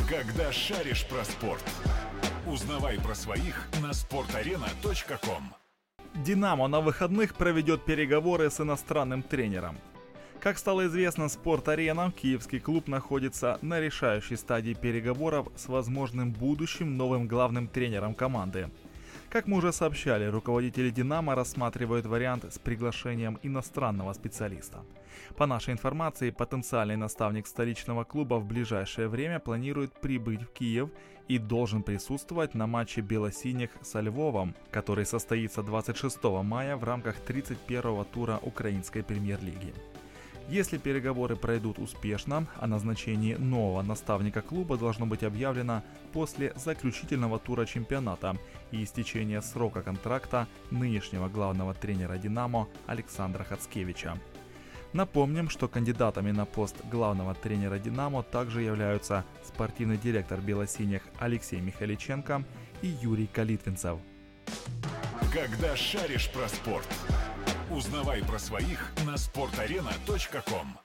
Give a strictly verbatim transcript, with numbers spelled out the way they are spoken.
Когда шаришь про спорт. Узнавай про своих на спорт арена точка ком. «Динамо» на выходных проведет переговоры с иностранным тренером. Как стало известно «Спорт-Арена», киевский клуб находится на решающей стадии переговоров с возможным будущим новым главным тренером команды. Как мы уже сообщали, руководители «Динамо» рассматривают вариант с приглашением иностранного специалиста. По нашей информации, потенциальный наставник столичного клуба в ближайшее время планирует прибыть в Киев и должен присутствовать на матче белосиних со Львовом, который состоится двадцать шестого мая в рамках тридцать первого тура украинской премьер-лиги. Если переговоры пройдут успешно, о назначении нового наставника клуба должно быть объявлено после заключительного тура чемпионата и истечения срока контракта нынешнего главного тренера «Динамо» Александра Хацкевича. Напомним, что кандидатами на пост главного тренера «Динамо» также являются спортивный директор белосиних Алексей Михайличенко и Юрий Калитвинцев. Когда шаришь про спорт. Узнавай про своих на спорт арена точка ком.